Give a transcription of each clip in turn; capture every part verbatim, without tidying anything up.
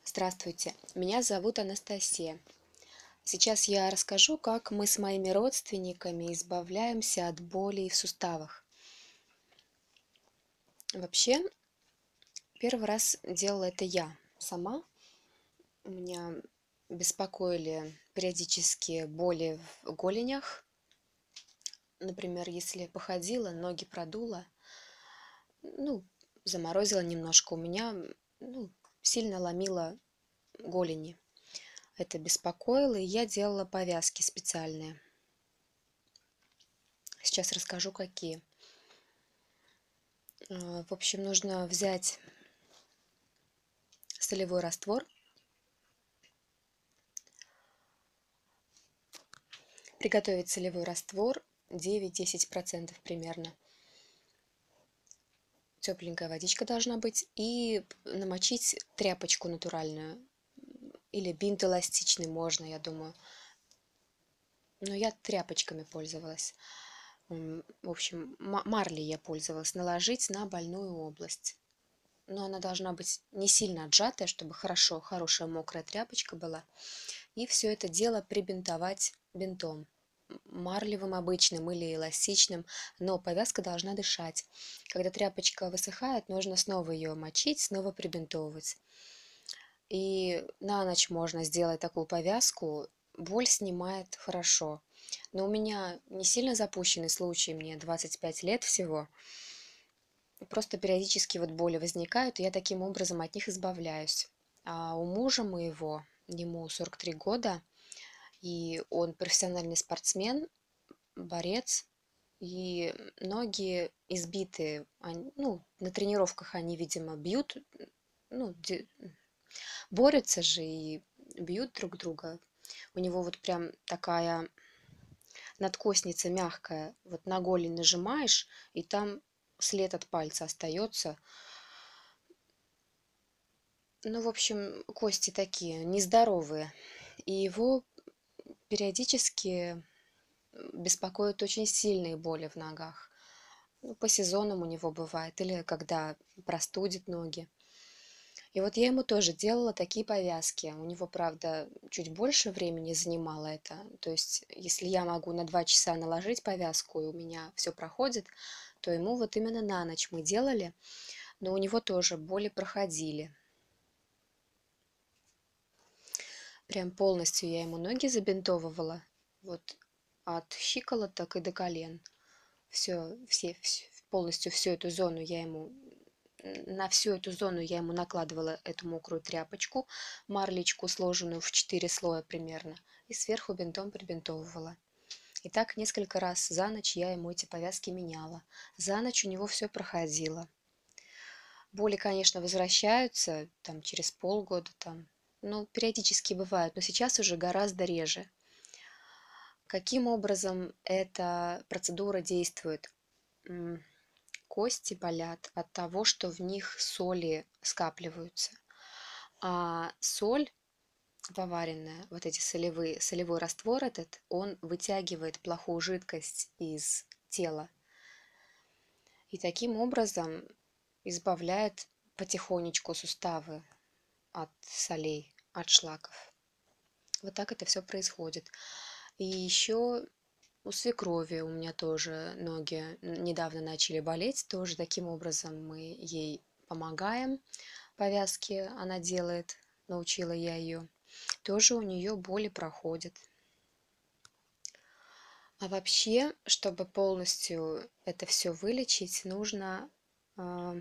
Здравствуйте, меня зовут Анастасия. Сейчас я расскажу, как мы с моими родственниками избавляемся от болей в суставах. Вообще, первый раз делала это я сама. У меня беспокоили периодически боли в голенях. Например, если походила, ноги продула, ну, заморозила немножко, у меня ну, сильно ломило голени. Это беспокоило, и я делала повязки специальные. Сейчас расскажу, какие. Э, В общем, нужно взять солевой раствор, приготовить солевой раствор девять-десять процентов примерно. Тепленькая водичка должна быть. И намочить тряпочку натуральную. Или бинт эластичный можно, я думаю. Но я тряпочками пользовалась. М, В общем, ма- марлей я пользовалась. Наложить на больную область. Но она должна быть не сильно отжатая, чтобы хорошо, хорошая мокрая тряпочка была. И все это дело прибинтовать бинтом. Марлевым обычным или эластичным, но повязка должна дышать. Когда тряпочка высыхает, нужно снова ее мочить, снова прибинтовывать. И на ночь можно сделать такую повязку, боль снимает хорошо. Но у меня не сильно запущенный случай, мне двадцать пять лет всего. Просто периодически вот боли возникают, и я таким образом от них избавляюсь. А у мужа моего, ему сорок три года, и он профессиональный спортсмен, борец, и ноги избитые. Они- ну, на тренировках они, видимо, бьют, ну, де- борются же и бьют друг друга. У него вот прям такая надкостница мягкая. Вот на голень нажимаешь, и там след от пальца остается. Ну, в общем, кости такие нездоровые. И его периодически беспокоят очень сильные боли в ногах. Ну, по сезонам у него бывает, или когда простудит ноги. И вот я ему тоже делала такие повязки. У него, правда, чуть больше времени занимало это. То есть, если я могу на два часа наложить повязку, и у меня все проходит, то ему вот именно на ночь мы делали, но у него тоже боли проходили. Прям полностью я ему ноги забинтовывала, вот от щиколоток и до колен. Все, все, вс- полностью всю эту зону я ему на всю эту зону я ему накладывала эту мокрую тряпочку, марлечку, сложенную в четыре слоя примерно, и сверху бинтом прибинтовывала. И так несколько раз за ночь я ему эти повязки меняла. За ночь у него все проходило. Боли, конечно, возвращаются там через полгода, там, ну, периодически бывают, но сейчас уже гораздо реже. Каким образом эта процедура действует? М, Кости болят от того, что в них соли скапливаются. А соль поваренная, вот эти солевые, солевой раствор этот, он вытягивает плохую жидкость из тела. И таким образом избавляет потихонечку суставы от солей, от шлаков. Вот так это все происходит. И еще у свекрови у меня тоже ноги недавно начали болеть. Тоже таким образом мы ей помогаем. Повязки она делает, научила я ее. Тоже у нее боли проходят. А вообще, чтобы полностью это все вылечить, нужно, а,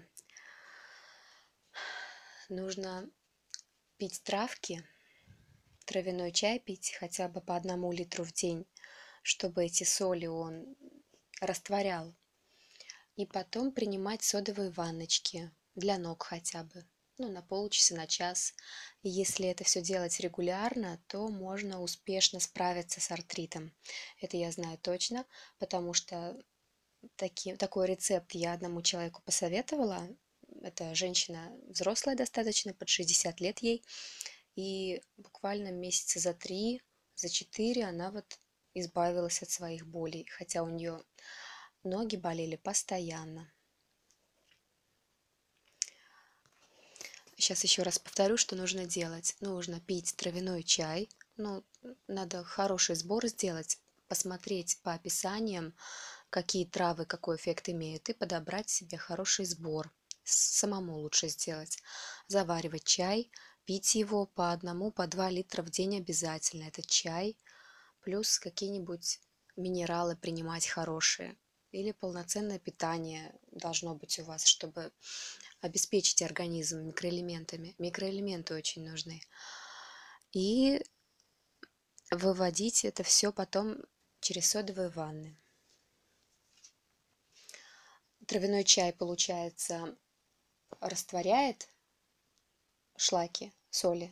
нужно пить травки, травяной чай пить хотя бы по одному литру в день, чтобы эти соли он растворял. И потом принимать содовые ванночки для ног хотя бы, ну, на полчаса, на час. И если это все делать регулярно, то можно успешно справиться с артритом. Это я знаю точно, потому что таки, такой рецепт я одному человеку посоветовала. Это женщина взрослая достаточно, под шестьдесят лет ей. И буквально месяца за три, за четыре она вот избавилась от своих болей, хотя у нее ноги болели постоянно. Сейчас еще раз повторю, что нужно делать. Нужно пить травяной чай. Ну, надо хороший сбор сделать, посмотреть по описаниям, какие травы какой эффект имеют, и подобрать себе хороший сбор. Самому лучше сделать. Заваривать чай, пить его по одному, по два литра в день обязательно. Это чай, плюс какие-нибудь минералы принимать хорошие. Или полноценное питание должно быть у вас, чтобы обеспечить организм микроэлементами. Микроэлементы очень нужны. И выводить это все потом через содовые ванны. Травяной чай, получается, растворяет шлаки, соли.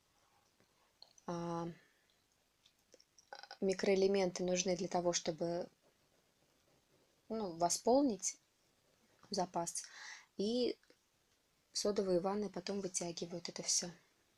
А микроэлементы нужны для того, чтобы, ну, восполнить запас. И содовые ванны потом вытягивают это все.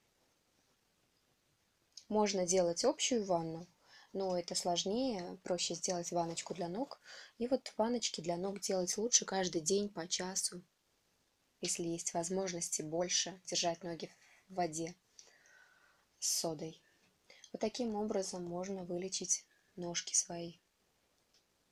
Можно делать общую ванну, но это сложнее, проще сделать ванночку для ног. И вот ванночки для ног делать лучше каждый день по часу, если есть возможности больше держать ноги в воде с содой. Вот таким образом можно вылечить ножки свои.